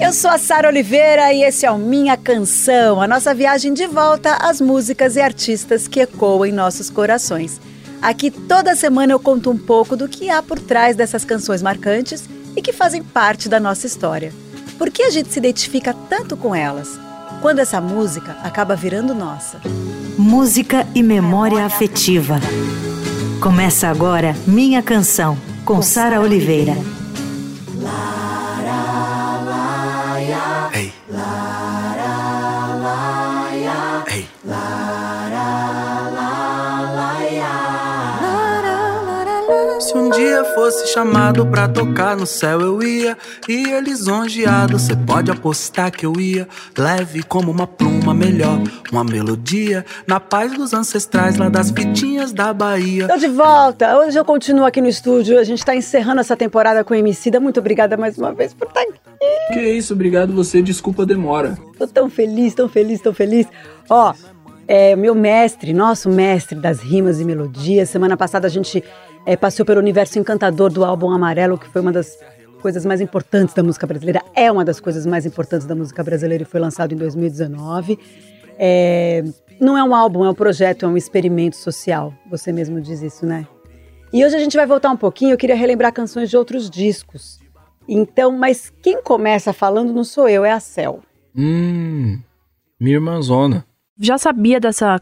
Eu sou a Sara Oliveira e esse é o Minha Canção, a nossa viagem de volta às músicas e artistas que ecoam em nossos corações. Aqui toda semana eu conto um pouco do que há por trás dessas canções marcantes e que fazem parte da nossa história. Por que a gente se identifica tanto com elas? Quando essa música acaba virando nossa. Música e memória afetiva. Começa agora Minha Canção, com Sara Oliveira. Hey. Hey. Se um dia fosse chamado pra tocar no céu eu ia lisonjeado, cê pode apostar que eu ia leve como uma pluma melhor, uma melodia na paz dos ancestrais lá das fitinhas da Bahia. Tô de volta, hoje eu continuo aqui no estúdio, a gente tá encerrando essa temporada com o Emicida, muito obrigada mais uma vez por estar aqui. Que isso, obrigado você, desculpa a demora. Tô tão feliz. Ó, meu mestre, nosso mestre das rimas e melodias, semana passada a gente passou pelo universo encantador do álbum Amarelo, que foi uma das coisas mais importantes da música brasileira, é uma das coisas mais importantes da música brasileira e foi lançado em 2019. Não é um álbum, é um projeto, é um experimento social, você mesmo diz isso, né? E hoje a gente vai voltar um pouquinho, eu queria relembrar canções de outros discos. Então, mas quem começa falando não sou eu, é a Cel. Minha irmãzona. Já sabia dessa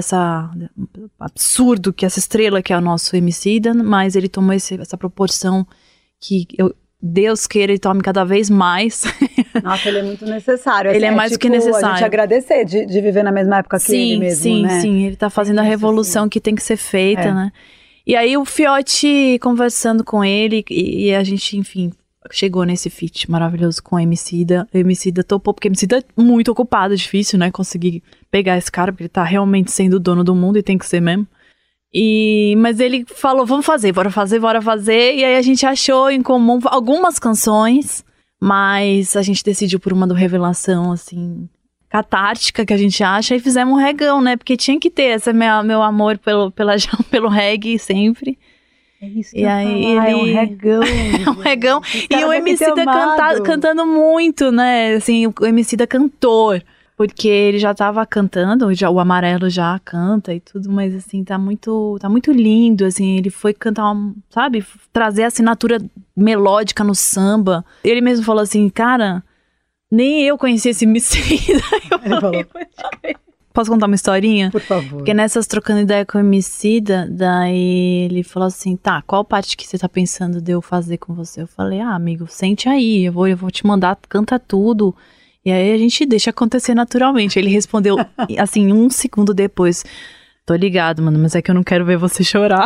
absurdo que essa estrela que é o nosso Emicida, mas ele tomou essa proporção que Deus queira ele tome cada vez mais. Nossa, ele é muito necessário. Ele é mais do que necessário. A gente agradecer de viver na mesma época que ele mesmo, né? Sim, ele tá fazendo a revolução que tem que ser feita, né? E aí o Fiote conversando com ele e a gente, enfim, chegou nesse feat maravilhoso com o Emicida. O Emicida topou, porque o Emicida é muito ocupado, é difícil, né? Conseguir pegar esse cara, porque ele tá realmente sendo o dono do mundo e tem que ser mesmo. Mas ele falou, bora fazer. E aí a gente achou em comum algumas canções, mas a gente decidiu por uma do Revelação, assim, catártica que a gente acha, e fizemos um regão, né? Porque tinha que ter esse meu amor pelo reggae sempre. É isso que e aí é um regão. É um regão. E o Emicida cantando muito, né? Assim, o Emicida cantor. Porque ele já tava cantando, o Amarelo já canta e tudo, mas assim, tá muito lindo, assim, ele foi cantar, sabe, trazer a assinatura melódica no samba. Ele mesmo falou assim, cara, nem eu conhecia esse Emicida. Ele falou. Posso contar uma historinha? Por favor. Porque nessas trocando ideia com o Emicida, daí ele falou assim, tá, qual parte que você tá pensando de eu fazer com você? Eu falei, amigo, sente aí, eu vou te mandar, canta tudo. E aí a gente deixa acontecer naturalmente. Ele respondeu, assim, 1 segundo depois, tô ligado, mano, mas é que eu não quero ver você chorar.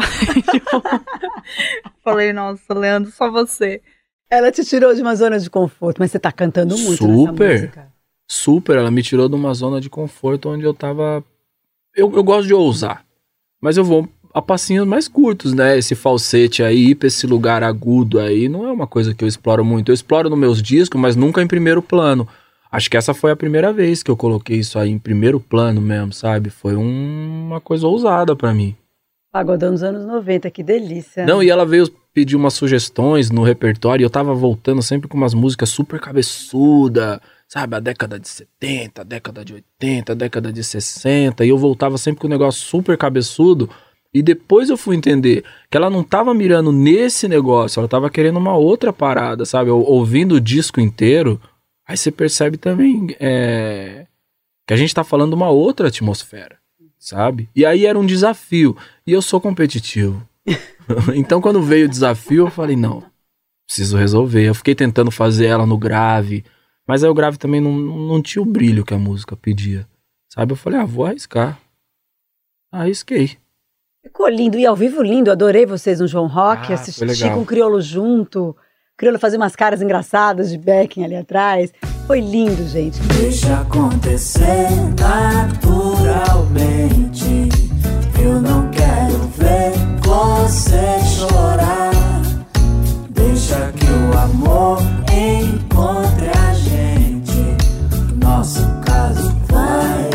Falei, nossa, Leandro, só você. Ela te tirou de uma zona de conforto, mas você tá cantando muito nessa música. Super, ela me tirou de uma zona de conforto onde eu tava... Eu gosto de ousar, mas eu vou a passinhos mais curtos, né? Esse falsete aí, ir pra esse lugar agudo aí, não é uma coisa que eu exploro muito. Eu exploro nos meus discos, mas nunca em primeiro plano. Acho que essa foi a primeira vez que eu coloquei isso aí em primeiro plano mesmo, sabe? Foi uma coisa ousada pra mim. Pagodão dos anos 90, que delícia. Não, e ela veio pedir umas sugestões no repertório e eu tava voltando sempre com umas músicas super cabeçuda, sabe? A década de 70, a década de 80, a década de 60, e eu voltava sempre com um negócio super cabeçudo. E depois eu fui entender que ela não tava mirando nesse negócio, ela tava querendo uma outra parada, sabe? Ouvindo o disco inteiro... Aí você percebe também que a gente tá falando de uma outra atmosfera, sabe? E aí era um desafio. E eu sou competitivo. Então quando veio o desafio, eu falei, não, preciso resolver. Eu fiquei tentando fazer ela no grave, mas aí o grave também não tinha o brilho que a música pedia, sabe? Eu falei, vou arriscar. Arrisquei. Ficou lindo. E ao vivo lindo, adorei vocês no João Rock, assisti com o Criolo junto... Criolo fazia umas caras engraçadas de backing ali atrás. Foi lindo, gente. Deixa acontecer naturalmente. Eu não quero ver você chorar. Deixa que o amor encontre a gente. Nosso caso vai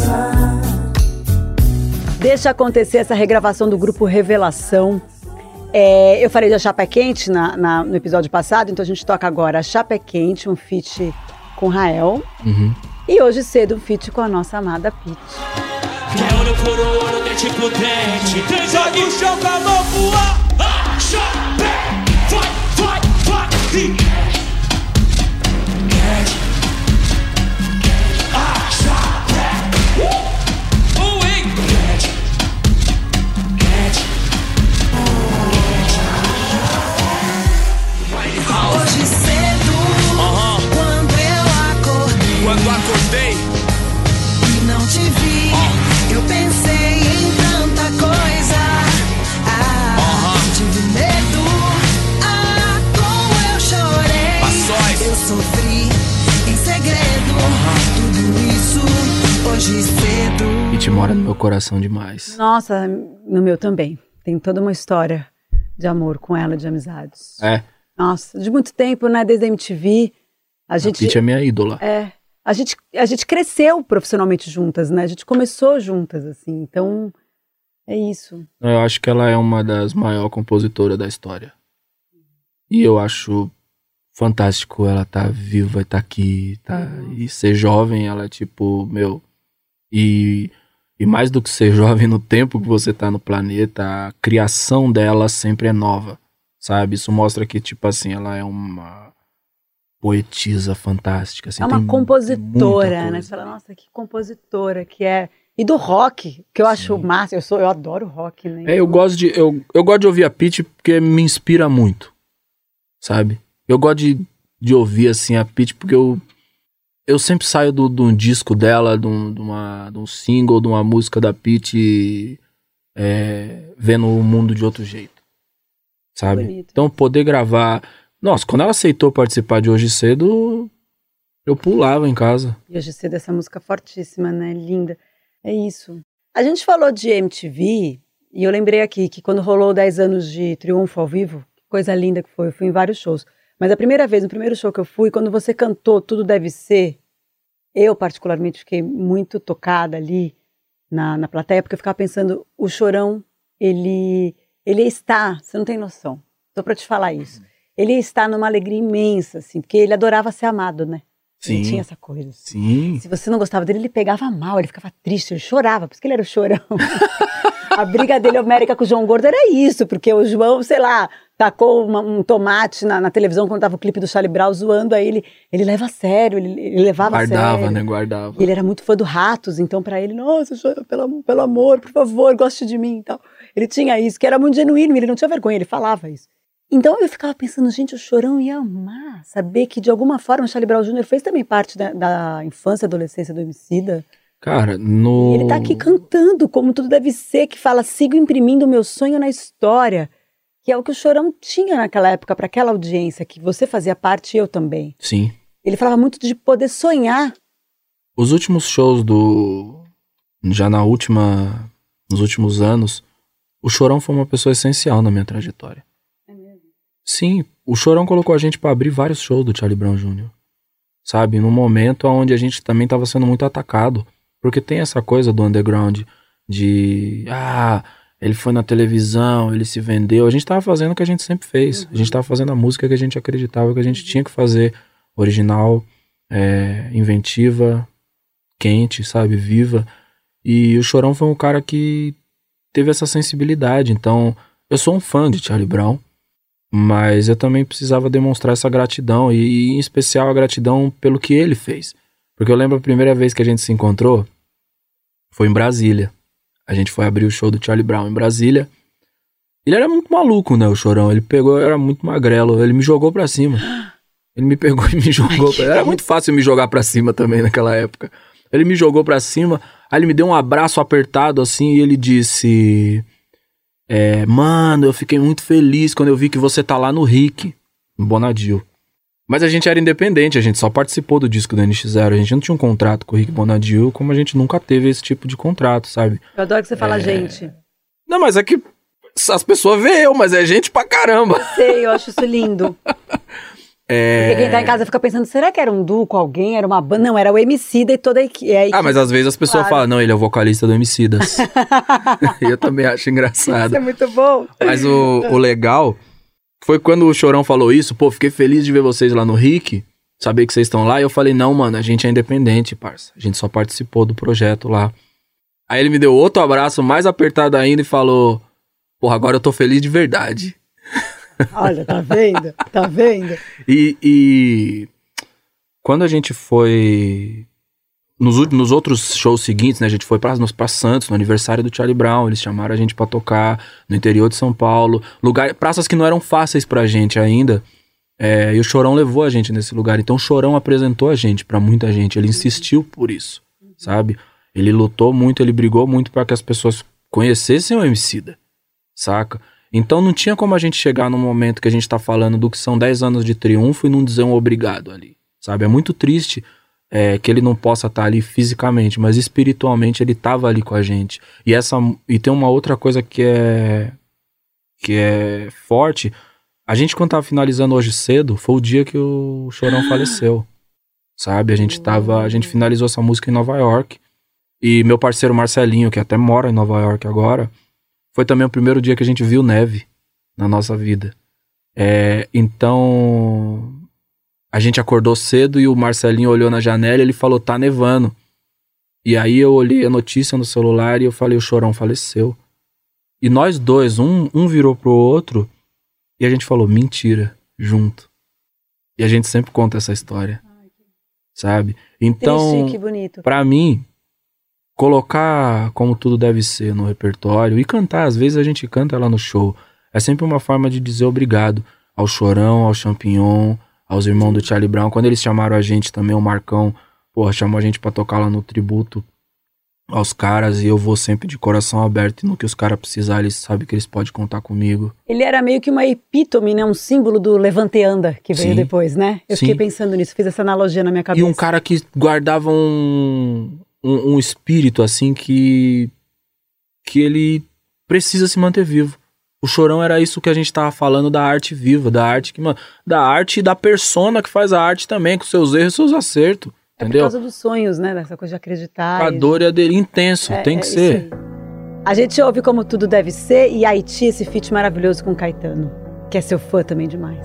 eternizar. Deixa acontecer essa regravação do grupo Revelação. Eu falei da Chapa é Quente no episódio passado, então a gente toca agora a Chapa é Quente, um feat com Rael. E hoje cedo um feat com a nossa amada Pitty. Quer olho por olho, dente por dente. Jogue o chão com a mão pro ar. Chapa, vai. Hoje cedo, quando eu acordei e não te vi, eu pensei em tanta coisa. Tive medo, como eu chorei. Eu sofri em segredo, tudo isso hoje cedo. Pitty mora no meu coração demais. Nossa, no meu também. Tem toda uma história de amor com ela, de amizades. Nossa, de muito tempo, né? Desde a MTV. A Pitty é minha ídola. A gente cresceu profissionalmente juntas, né? A gente começou juntas, assim. Então, é isso. Eu acho que ela é uma das maiores compositoras da história. E eu acho fantástico ela tá viva e tá aqui. E ser jovem, ela é tipo, meu... E mais do que ser jovem no tempo que você tá no planeta, a criação dela sempre é nova. Sabe? Isso mostra que, tipo assim, ela é uma poetisa fantástica. Assim, é uma compositora, né? Você fala, nossa, que compositora que é. E do rock, que eu acho massa. Eu adoro rock, né? Eu gosto de ouvir a Pitty porque me inspira muito, sabe? Eu gosto de ouvir, assim, a Pitty porque eu sempre saio de um disco dela, de um single, de uma música da Pitty, vendo o mundo de outro jeito. Sabe? Bonito. Então poder gravar... Nossa, quando ela aceitou participar de Hoje Cedo, eu pulava em casa. E Hoje Cedo, essa música fortíssima, né? Linda. É isso. A gente falou de MTV e eu lembrei aqui que quando rolou 10 anos de Triunfo ao vivo, que coisa linda que foi, eu fui em vários shows. Mas a primeira vez, no primeiro show que eu fui, quando você cantou Tudo Deve Ser, eu particularmente fiquei muito tocada ali na plateia, porque eu ficava pensando, o Chorão, ele está, você não tem noção, tô pra te falar isso, ele está numa alegria imensa, assim, porque ele adorava ser amado, né? Sim. Ele tinha essa coisa. Sim. Se você não gostava dele, ele pegava mal, ele ficava triste, ele chorava, por isso que ele era o Chorão. A briga dele, América, com o João Gordo era isso, porque o João, sei lá, tacou um tomate na televisão quando tava o clipe do Charlie Brown zoando, aí ele leva a sério, ele levava a sério. Guardava, né? Guardava. E ele era muito fã do Ratos, então pra ele, nossa, pelo amor, por favor, goste de mim e tal. Ele tinha isso, que era muito genuíno, ele não tinha vergonha, ele falava isso. Então eu ficava pensando, gente, o Chorão ia amar, saber que de alguma forma o Charlie Brown Jr. fez também parte da infância e adolescência do Emicida. Cara, E ele tá aqui cantando como tudo deve ser, que fala, sigo imprimindo o meu sonho na história, que é o que o Chorão tinha naquela época, para aquela audiência, que você fazia parte e eu também. Sim. Ele falava muito de poder sonhar. Os últimos shows nos últimos anos, o Chorão foi uma pessoa essencial na minha trajetória. É mesmo? Sim, o Chorão colocou a gente pra abrir vários shows do Charlie Brown Jr. Sabe? Num momento onde a gente também tava sendo muito atacado. Porque tem essa coisa do underground de... ele foi na televisão, ele se vendeu. A gente tava fazendo o que a gente sempre fez. A gente tava fazendo a música que a gente acreditava que a gente tinha que fazer. Original, inventiva, quente, sabe? Viva. E o Chorão foi um cara que teve essa sensibilidade. Então, eu sou um fã de Charlie Brown, mas eu também precisava demonstrar essa gratidão, e em especial a gratidão pelo que ele fez. Porque eu lembro a primeira vez que a gente se encontrou, foi em Brasília. A gente foi abrir o show do Charlie Brown em Brasília. Ele era muito maluco, né, o Chorão. Ele pegou, era muito magrelo, ele me jogou pra cima. Ele me pegou e me jogou pra... Era muito fácil me jogar pra cima também naquela época. Ele me jogou pra cima, aí ele me deu um abraço apertado assim e ele disse... mano, eu fiquei muito feliz quando eu vi que você tá lá no Rick, no Bonadio. Mas a gente era independente, a gente só participou do disco do NX0, a gente não tinha um contrato com o Rick Bonadio, como a gente nunca teve esse tipo de contrato, sabe? Eu adoro que você fala gente. Não, mas é que as pessoas veem eu, mas é gente pra caramba. Sei, eu acho isso lindo. Porque quem tá em casa fica pensando, será que era um duo com alguém? Era uma banda? Não, era o Emicida e toda a equipe. Mas às vezes as pessoas falam, não, ele é o vocalista do Emicidas. Eu também acho engraçado. Isso é muito bom. Mas o legal foi quando o Chorão falou isso, pô, fiquei feliz de ver vocês lá no RIC, saber que vocês estão lá. E eu falei, não, mano, a gente é independente, parça. A gente só participou do projeto lá. Aí ele me deu outro abraço mais apertado ainda e falou, porra, agora eu tô feliz de verdade. Olha, tá vendo? Tá vendo? E quando a gente foi... Nos outros shows seguintes, né? A gente foi pra Santos, no aniversário do Charlie Brown. Eles chamaram a gente pra tocar no interior de São Paulo. Praças que não eram fáceis pra gente ainda. E o Chorão levou a gente nesse lugar. Então o Chorão apresentou a gente pra muita gente. Ele insistiu por isso, sabe? Ele lutou muito, ele brigou muito pra que as pessoas conhecessem o Emicida, saca? Então não tinha como a gente chegar no momento que a gente tá falando do que são 10 anos de triunfo e não dizer um obrigado ali, sabe? É muito triste que ele não possa estar ali fisicamente, mas espiritualmente ele tava ali com a gente. E tem uma outra coisa que é forte. A gente, quando tava finalizando hoje cedo, foi o dia que o Chorão faleceu, sabe? A gente finalizou essa música em Nova York. E meu parceiro Marcelinho, que até mora em Nova York agora, foi também o primeiro dia que a gente viu neve na nossa vida. Então, a gente acordou cedo e o Marcelinho olhou na janela e ele falou, tá nevando. E aí eu olhei a notícia no celular e eu falei, o Chorão faleceu. E nós dois, um virou pro outro e a gente falou, mentira, junto. E a gente sempre conta essa história, sabe? Então, triste, que bonito. Pra mim, colocar Como Tudo Deve Ser no repertório e cantar, às vezes a gente canta lá no show, é sempre uma forma de dizer obrigado ao Chorão, ao Champignon, aos irmãos do Charlie Brown. Quando eles chamaram a gente também, o Marcão, porra, chamou a gente pra tocar lá no tributo aos caras, e eu vou sempre de coração aberto, e no que os caras precisarem, eles sabem que eles podem contar comigo. Ele era meio que uma epítome, né? Um símbolo do Levante e Anda, que veio depois, né? Eu fiquei pensando nisso, fiz essa analogia na minha cabeça. E um cara que guardava um espírito, assim, que ele precisa se manter vivo. O Chorão era isso que a gente tava falando da arte viva, da arte e da persona que faz a arte também, com seus erros e seus acertos. Entendeu? Por causa dos sonhos, né? Dessa coisa de acreditar. A dor é dele, intenso, tem que ser. A gente ouve Como Tudo Deve Ser e Haiti, esse feat maravilhoso com Caetano, que é seu fã também demais.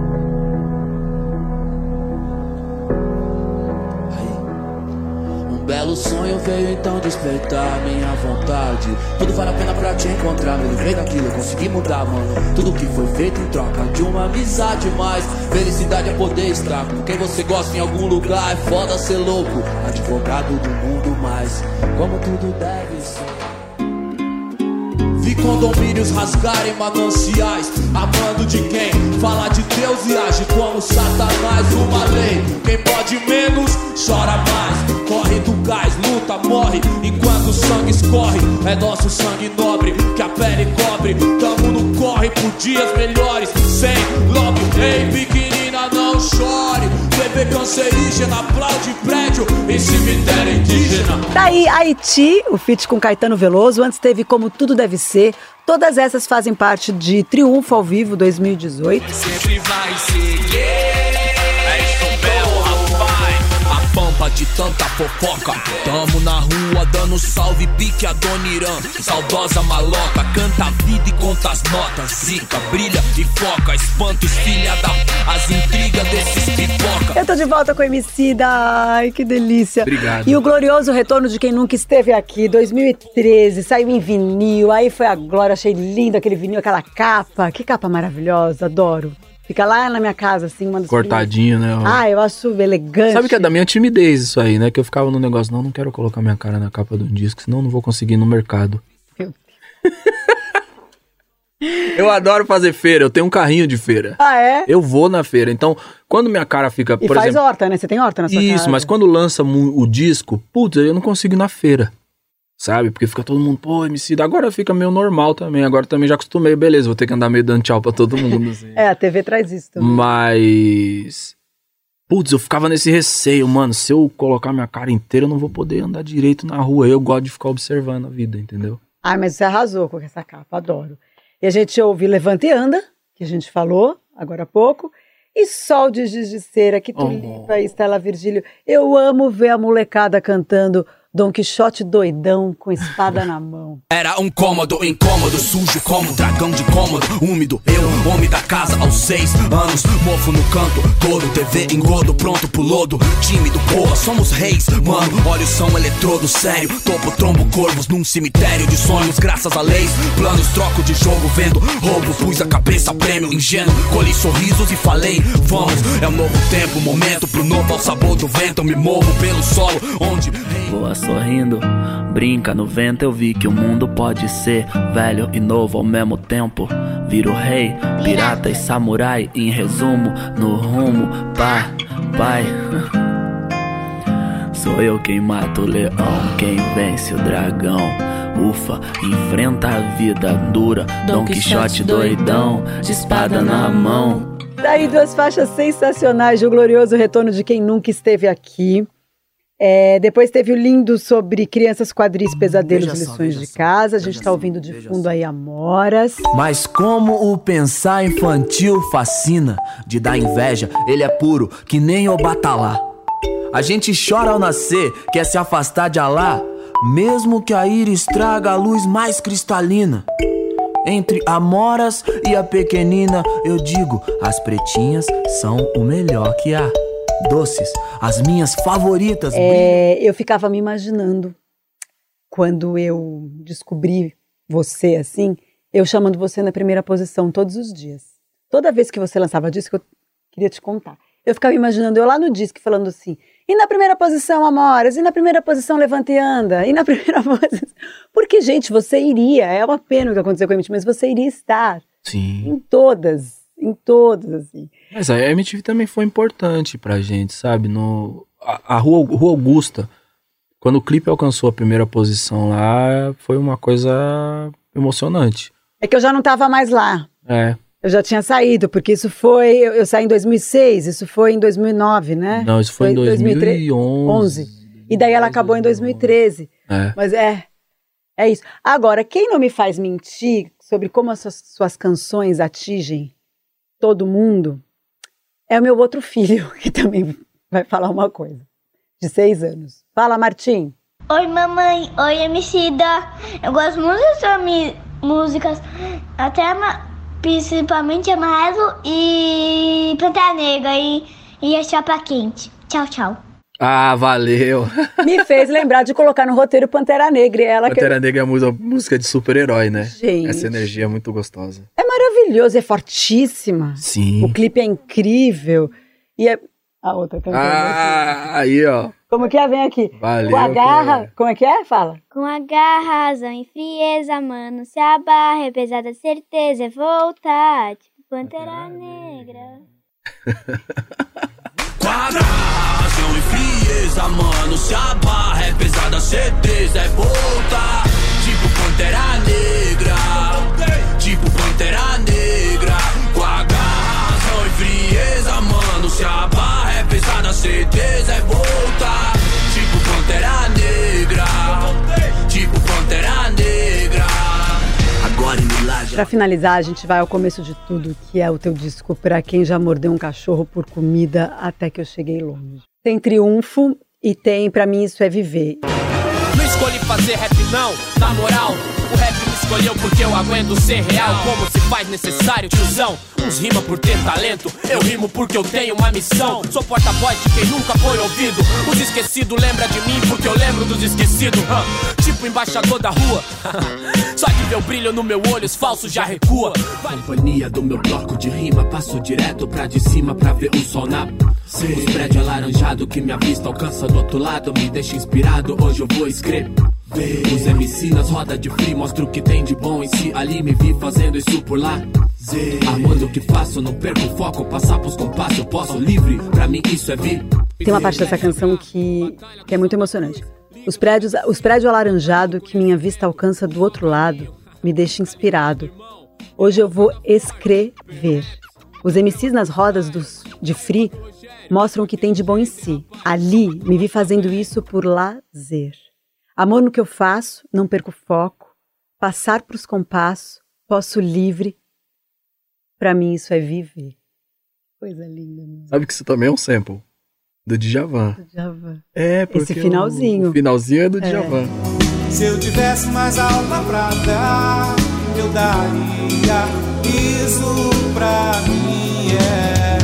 Belo sonho veio então despertar minha vontade. Tudo vale a pena pra te encontrar. Me livrei daquilo, eu consegui mudar, mano. Tudo que foi feito em troca de uma amizade. Mas felicidade é poder estar com quem você gosta em algum lugar. É foda ser louco, advogado do mundo. Mas como tudo deve ser. Vi condomínios rasgarem mananciais, amando de quem fala de Deus e age como Satanás. Uma lei, quem pode menos, chora mais. Corre do gás, luta, morre, enquanto o sangue escorre. É nosso sangue nobre, que a pele cobre. Tamo no corre por dias melhores, sem lobby. Ei, pequenina, não chore. Bebê cancerígena, aplaude prédio em cemitério indígena. Daí, Haiti, o feat com Caetano Veloso. Antes teve Como Tudo Deve Ser. Todas essas fazem parte de Triunfo ao Vivo 2018. Sempre vai seguir. É isso mesmo, rapaz. A pampa de tanta fofoca. Tamo na rua dando salve, pique a Dona Irã. Saudosa maloca, canta a vida e conta as notas. Zica, brilha e foca, espanta os filha da... As intrigas desses pipoca. Eu tô de volta com o Emicida. Ai, que delícia. Obrigado. E o glorioso retorno de quem nunca esteve aqui, 2013, saiu em vinil, aí foi a glória, achei lindo aquele vinil, aquela capa. Que capa maravilhosa, adoro. Fica lá na minha casa, assim, uma das cortadinho, primeiras. né? Ah, eu acho elegante. Sabe que é da minha timidez isso aí, né? Que eu ficava no negócio, não quero colocar minha cara na capa de um disco, senão não vou conseguir ir no mercado. Eu adoro fazer feira, eu tenho um carrinho de feira. Ah, é? Eu vou na feira, então quando minha cara fica, e por faz exemplo... horta, né? Você tem horta na sua casa? Isso, mas quando lança o disco, putz, eu não consigo ir na feira, sabe? Porque fica todo mundo, pô, Emicida, agora fica meio normal também, agora também já acostumei, beleza, vou ter que andar meio dando tchau pra todo mundo, assim. A TV traz isso também. Mas... Putz, eu ficava nesse receio, mano, se eu colocar minha cara inteira, eu não vou poder andar direito na rua, eu gosto de ficar observando a vida, entendeu? Ah, mas você arrasou com essa capa, adoro. E a gente ouve Levante e Anda, que a gente falou agora há pouco, E Sol de Giz de Cera, que Tulipa e Estela Virgílio. Eu amo ver a molecada cantando Dom Quixote doidão com espada na mão. Era um cômodo incômodo, sujo como um dragão de cômodo, úmido. Eu, homem da casa aos 6 anos, mofo no canto, todo TV engodo, pronto pro lodo. Tímido, porra, somos reis, mano. Olha o som eletrodo, sério. Topo, trombo, corvos num cemitério de sonhos. Graças a leis, planos, troco de jogo, vendo roubo. Pus a cabeça, prêmio, ingênuo. Colhi sorrisos e falei, vamos. É um novo tempo, momento pro novo ao sabor do vento. Eu me movo pelo solo, onde... Voa sorrindo, brinca no vento. Eu vi que o mundo pode ser velho e novo ao mesmo tempo. Viro rei, pirata e samurai. Em resumo, no rumo, pai. Sou eu quem mata o leão, quem vence o dragão. Ufa, enfrenta a vida dura. Dom Quixote doidão, de espada na mão. Daí 2 faixas sensacionais de O Glorioso Retorno de Quem Nunca Esteve Aqui. Depois teve o lindo sobre crianças, quadris, pesadelos e lições de casa. A gente tá ouvindo de fundo aí Amoras. Mas como o pensar infantil fascina, de dar inveja, ele é puro, que nem o batalá. A gente chora ao nascer, quer se afastar de Alá, mesmo que a íris traga a luz mais cristalina. Entre Amoras e a pequenina, eu digo, as pretinhas são o melhor que há. Doces, as minhas favoritas. Eu ficava me imaginando, quando eu descobri você assim, eu chamando você na primeira posição todos os dias. Toda vez que você lançava disco, eu queria te contar. Eu ficava imaginando eu lá no disco falando assim, e na primeira posição Amoras, e na primeira posição Levanta e Anda, e na primeira posição... Porque, gente, você iria, é uma pena o que aconteceu com a MTV, mas você iria estar. Sim. Em todas, assim. Mas a MTV também foi importante pra gente, sabe? A Rua Augusta, quando o clipe alcançou a primeira posição lá, foi uma coisa emocionante. É que eu já não tava mais lá. Eu já tinha saído, porque isso foi... Eu saí em 2006, isso foi em 2009, né? Não, isso foi em 2011. E daí ela acabou em 2013. Mas é isso. Agora, quem não me faz mentir sobre como as suas canções atingem todo mundo é o meu outro filho, que também vai falar uma coisa. De 6 anos. Fala, Martim. Oi, mamãe. Oi, Emicida. Eu gosto muito das suas músicas. Até principalmente Amarelo e Pantera Negra e a Chapa Quente. Tchau, tchau. Ah, valeu. Me fez lembrar de colocar no roteiro Pantera Negra. Pantera Negra é uma música de super-herói, né? Gente. Essa energia é muito gostosa. É maravilhoso, é fortíssima. Sim. O clipe é incrível. E a outra cantando. Aí, ó. Como que é? Vem aqui. Valeu. Com a garra. Como é que é? Fala. Com a garra, razão e frieza, mano, se a barra é pesada, certeza é voltar. Tipo Pantera Negra. Com a garra, razão e frieza, mano, se a barra é pesada, certeza é voltar. Tipo Pantera Negra. Tipo Pantera Negra. Com a garra, razão e frieza, mano, se a barra é pesada, certeza é voltar. Tipo Pantera Negra. Tipo Pantera Negra. Agora em Milagre. Pra finalizar, a gente vai ao começo de tudo, que é o teu disco Pra Quem Já Mordeu um Cachorro por Comida Até Que Eu Cheguei Longe. Tem triunfo e tem Pra Mim Isso É Viver. Não escolhi fazer rap não, na moral. O rap me escolheu porque eu aguento ser real. Como se faz necessário, tiozão. Uns rima por ter talento, eu rimo porque eu tenho uma missão. Sou porta-voz de quem nunca foi ouvido. Os esquecidos lembram de mim porque eu lembro dos esquecidos. Tipo embaixador da rua. Só de ver o brilho no meu olho, os falsos já recua. Companhia do meu bloco de rima, passo direto pra de cima pra ver o sol na... Os prédios alaranjados que minha vista alcança do outro lado me deixa inspirado, hoje eu vou escrever. Os MC nas rodas de free, mostro o que tem de bom em si. Ali me vi fazendo isso por lá. Amando o que faço, não perco o foco. Passar pros compassos, eu posso livre. Pra mim isso é vir. Tem uma parte dessa canção que é muito emocionante. Os prédios alaranjados que minha vista alcança do outro lado me deixa inspirado. Hoje eu vou escrever. Os MCs nas rodas de free mostram o que tem de bom em si. Ali me vi fazendo isso por lazer. Amor no que eu faço, não perco foco. Passar pros compassos, posso livre. Pra mim isso é viver. Coisa linda mesmo. Sabe que isso também é um sample do Djavan. Do Djavan. Porque esse finalzinho. O finalzinho é do Djavan. Se eu tivesse mais alma pra dar, eu daria. Isso pra mim é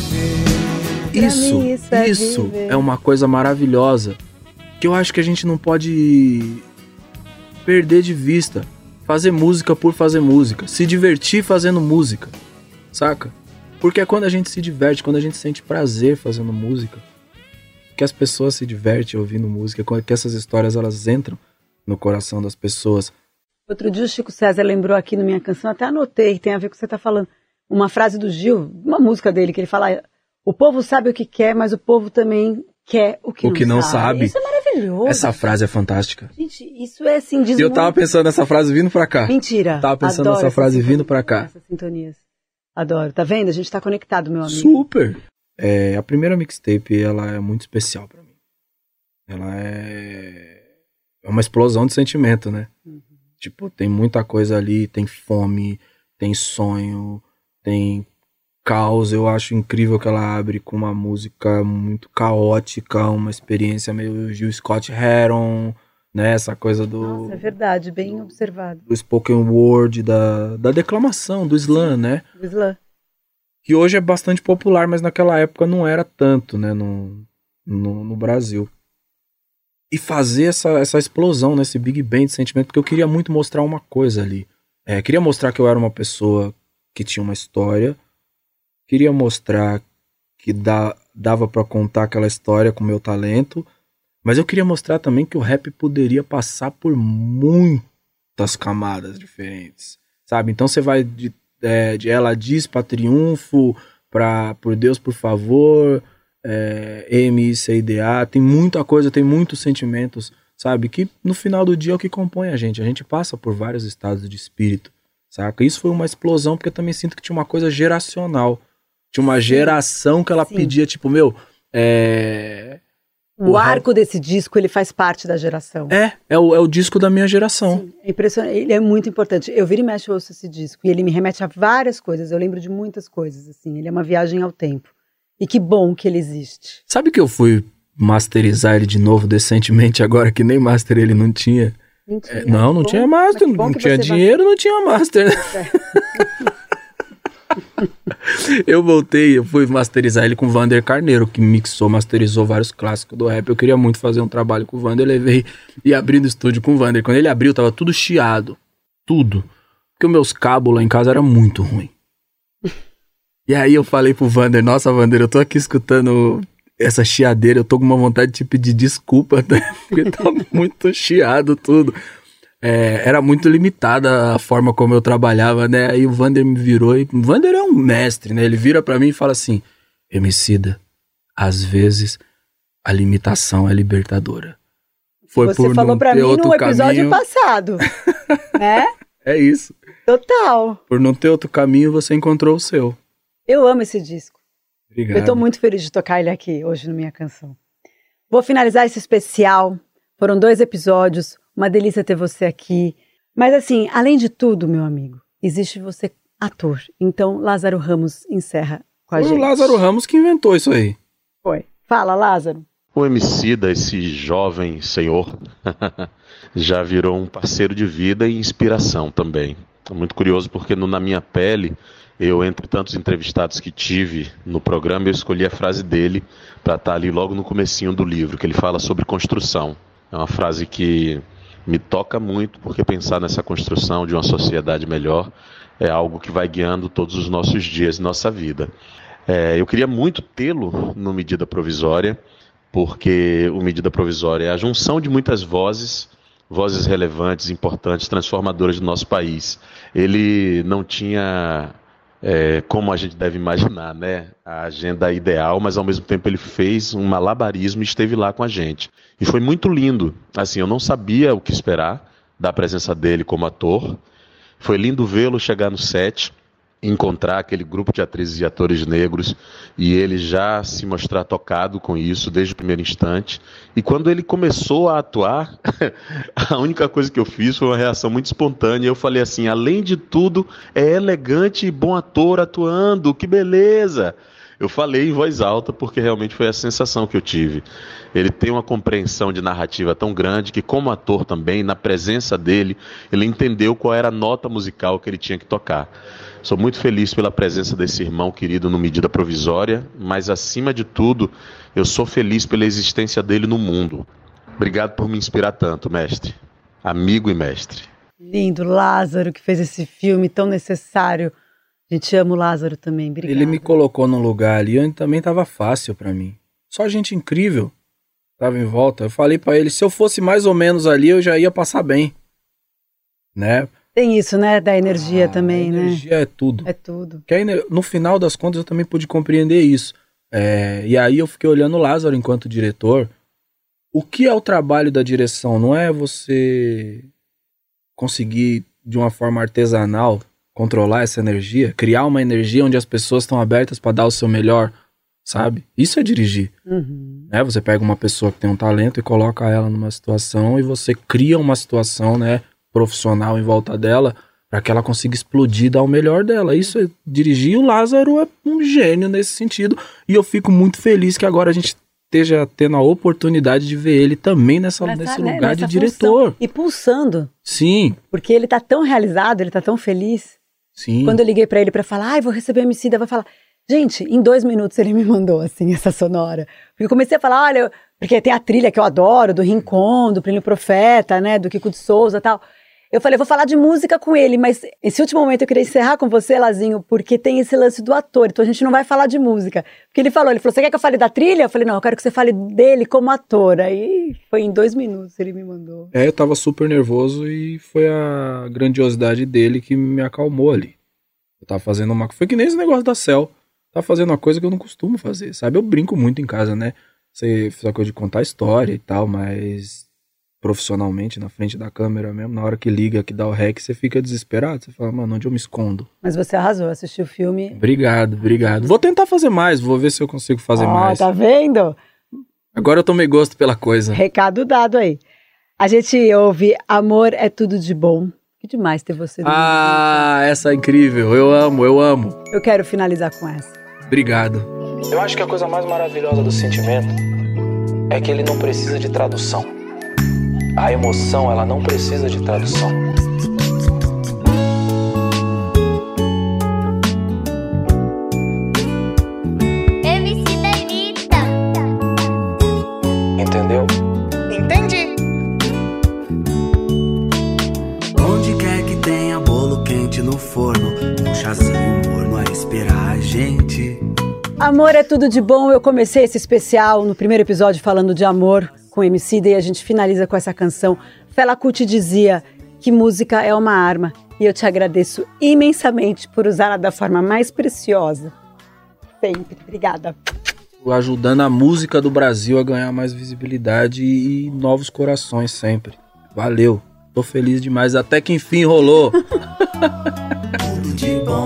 viver. Isso é uma coisa maravilhosa que eu acho que a gente não pode perder de vista. Fazer música por fazer música. Se divertir fazendo música. Saca? Porque é quando a gente se diverte, quando a gente sente prazer fazendo música, que as pessoas se divertem ouvindo música, que essas histórias elas entram no coração das pessoas. Outro dia o Chico César lembrou aqui na minha canção, até anotei, tem a ver com o que você está falando, uma frase do Gil, uma música dele, que ele fala: o povo sabe o que quer, mas o povo também quer o que não sabe. Isso é maravilhoso. Essa frase é fantástica. Gente, isso é assim, diz eu tava pensando nessa frase vindo pra cá. Mentira. Tava pensando nessa frase vindo pra cá. Essas sintonias. Adoro. Tá vendo? A gente tá conectado, meu amigo. Super. A primeira mixtape, ela é muito especial pra mim. Ela é uma explosão de sentimento, né? Uhum. Tipo, tem muita coisa ali, tem fome, tem sonho, tem caos. Eu acho incrível que ela abre com uma música muito caótica, uma experiência meio Gil Scott Heron, né? Essa coisa do... Nossa, é verdade, bem observado. Do spoken word, da declamação, do slam, né? Do slam. Que hoje é bastante popular, mas naquela época não era tanto, né? No Brasil. E fazer essa explosão, né? Esse Big Bang de sentimento, porque eu queria muito mostrar uma coisa ali. Queria mostrar que eu era uma pessoa que tinha uma história. Queria mostrar que dava pra contar aquela história com o meu talento. Mas eu queria mostrar também que o rap poderia passar por muitas camadas diferentes, sabe? Então você vai de Ela Diz pra Triunfo, pra Por Deus, Por Favor, MICIDA, tem muita coisa, tem muitos sentimentos, sabe? Que no final do dia é o que compõe a gente passa por vários estados de espírito, saca? Isso foi uma explosão, porque eu também sinto que tinha uma coisa geracional, tinha uma geração que ela pedia, tipo, o arco desse disco, ele faz parte da geração. É o disco da minha geração. Sim, é impressionante, ele é muito importante. Eu viro e mexo, eu ouço esse disco, e ele me remete a várias coisas, eu lembro de muitas coisas, assim, ele é uma viagem ao tempo. E que bom que ele existe. Sabe que eu fui masterizar ele de novo decentemente, agora que nem master ele não tinha? Mentira, não tinha master, não tinha dinheiro, não tinha master, né? Eu fui masterizar ele com o Vander Carneiro, que masterizou vários clássicos do rap. Eu queria muito fazer um trabalho com o Vander, levei e abri no estúdio com o Vander. Quando ele abriu, tava tudo chiado, tudo. Porque os meus cabos lá em casa eram muito ruins. E aí eu falei pro Vander: nossa, Vander, eu tô aqui escutando essa chiadeira, eu tô com uma vontade de pedir desculpa, né? Porque tá muito chiado tudo. Era muito limitada a forma como eu trabalhava, né? Aí o Vander me virou e... O Vander é um mestre, né? Ele vira pra mim e fala assim: Emicida, às vezes a limitação é libertadora. Foi Você falou pra mim no episódio passado, né? É isso. Total. Por não ter outro caminho, você encontrou o seu. Eu amo esse disco. Obrigado. Eu tô muito feliz de tocar ele aqui hoje na Minha Canção. Vou finalizar esse especial. Foram 2 episódios. Uma delícia ter você aqui. Mas assim, além de tudo, meu amigo, existe você ator. Então, Lázaro Ramos encerra com a gente. Foi o Lázaro Ramos que inventou isso aí. Foi. Fala, Lázaro. O Emicida, esse jovem senhor, já virou um parceiro de vida e inspiração também. É muito curioso porque Na Minha Pele, eu, entre tantos entrevistados que tive no programa, eu escolhi a frase dele para estar ali logo no comecinho do livro, que ele fala sobre construção. É uma frase que me toca muito, porque pensar nessa construção de uma sociedade melhor é algo que vai guiando todos os nossos dias, nossa vida. Eu queria muito tê-lo no Medida Provisória, porque o Medida Provisória é a junção de muitas vozes relevantes, importantes, transformadoras do nosso país. Ele não tinha, como a gente deve imaginar, né, a agenda ideal, mas ao mesmo tempo ele fez um malabarismo e esteve lá com a gente. E foi muito lindo. Assim, eu não sabia o que esperar da presença dele como ator. Foi lindo vê-lo chegar no set, encontrar aquele grupo de atrizes e atores negros e ele já se mostrar tocado com isso desde o primeiro instante. E quando ele começou a atuar, a única coisa que eu fiz foi uma reação muito espontânea. Eu falei assim: além de tudo, é elegante e bom ator atuando, que beleza! Eu falei em voz alta porque realmente foi a sensação que eu tive. Ele tem uma compreensão de narrativa tão grande que, como ator também, na presença dele, ele entendeu qual era a nota musical que ele tinha que tocar. Sou muito feliz pela presença desse irmão querido no Medida Provisória, mas, acima de tudo, eu sou feliz pela existência dele no mundo. Obrigado por me inspirar tanto, mestre. Amigo e mestre. Lindo, Lázaro, que fez esse filme tão necessário. A gente ama o Lázaro também, obrigado. Ele me colocou num lugar ali onde também tava fácil pra mim. Só gente incrível tava em volta. Eu falei pra ele, se eu fosse mais ou menos ali, eu já ia passar bem. Né? Tem isso, né, da energia também, né? Energia é tudo. É tudo. Que aí, no final das contas, eu também pude compreender isso. E aí eu fiquei olhando o Lázaro enquanto diretor. O que é o trabalho da direção? Não é você conseguir, de uma forma artesanal, controlar essa energia, criar uma energia onde as pessoas estão abertas para dar o seu melhor, sabe? Isso é dirigir. Uhum. Você pega uma pessoa que tem um talento e coloca ela numa situação e você cria uma situação, né, profissional em volta dela para que ela consiga explodir, dar o melhor dela. Isso é dirigir. E o Lázaro é um gênio nesse sentido. E eu fico muito feliz que agora a gente esteja tendo a oportunidade de ver ele também nesse lugar de diretor. E pulsando. Sim. Porque ele tá tão realizado, ele tá tão feliz. Sim. Quando eu liguei pra ele pra falar, vou receber o Emicida, vai falar... Gente, em 2 minutos ele me mandou, assim, essa sonora. Porque eu comecei a falar, olha... Porque tem a trilha que eu adoro, do Rincon, do Plínio Profeta, né, do Kiko de Souza e tal... Eu falei, vou falar de música com ele, mas esse último momento eu queria encerrar com você, Lazinho, porque tem esse lance do ator, então a gente não vai falar de música. Porque ele falou, você quer que eu fale da trilha? Eu falei, não, eu quero que você fale dele como ator. Aí foi em 2 minutos ele me mandou. Eu tava super nervoso e foi a grandiosidade dele que me acalmou ali. Eu tava fazendo foi que nem esse negócio da Cel. Tava fazendo uma coisa que eu não costumo fazer, sabe? Eu brinco muito em casa, né? Essa coisa de contar história e tal, mas... profissionalmente, na frente da câmera mesmo, na hora que liga, que dá o rec, você fica desesperado, você fala, mano, onde eu me escondo? Mas você arrasou, assistiu o filme. Obrigado. Vou tentar fazer mais, vou ver se eu consigo fazer mais. Tá vendo? Agora eu tomei gosto pela coisa. Recado dado aí. A gente ouve Amor é Tudo de Bom. Que demais ter você. Essa é incrível, eu amo. Eu quero finalizar com essa. Obrigado. Eu acho que a coisa mais maravilhosa do sentimento é que ele não precisa de tradução. A emoção, ela não precisa de tradução. Emicida imita. Entendeu? Entendi. Onde quer que tenha bolo quente no forno, um chazinho morno a esperar a gente. Amor é Tudo de Bom. Eu comecei esse especial no primeiro episódio falando de amor com Emicida e a gente finaliza com essa canção. Fela Kuti dizia que música é uma arma e eu te agradeço imensamente por usá-la da forma mais preciosa. Sempre. Obrigada. Ajudando a música do Brasil a ganhar mais visibilidade e novos corações sempre. Valeu. Tô feliz demais. Até que enfim rolou. Tudo de bom.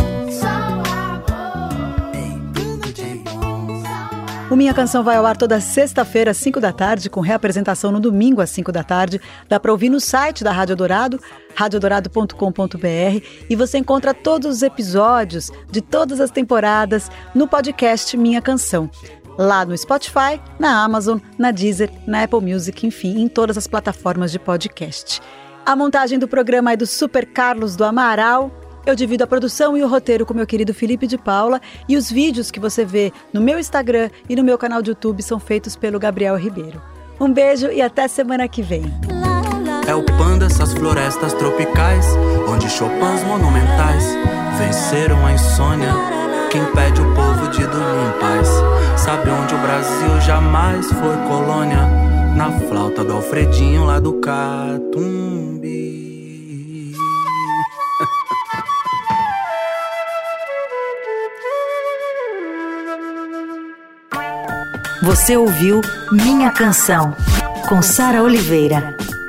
O Minha Canção vai ao ar toda sexta-feira, às 5 da tarde, com reapresentação no domingo, às 5 da tarde. Dá para ouvir no site da Rádio Eldorado, radioeldorado.com.br, e você encontra todos os episódios de todas as temporadas no podcast Minha Canção. Lá no Spotify, na Amazon, na Deezer, na Apple Music, enfim, em todas as plataformas de podcast. A montagem do programa é do Super Carlos do Amaral. Eu divido a produção e o roteiro com meu querido Felipe de Paula, e os vídeos que você vê no meu Instagram e no meu canal de YouTube são feitos pelo Gabriel Ribeiro. Um beijo e até semana que vem. É o pan dessas florestas tropicais, onde Chopins monumentais venceram a insônia. Quem pede o povo de dormir em paz sabe onde o Brasil jamais foi colônia. Na flauta do Alfredinho lá do Catumbi. Você ouviu Minha Canção, com Sara Oliveira.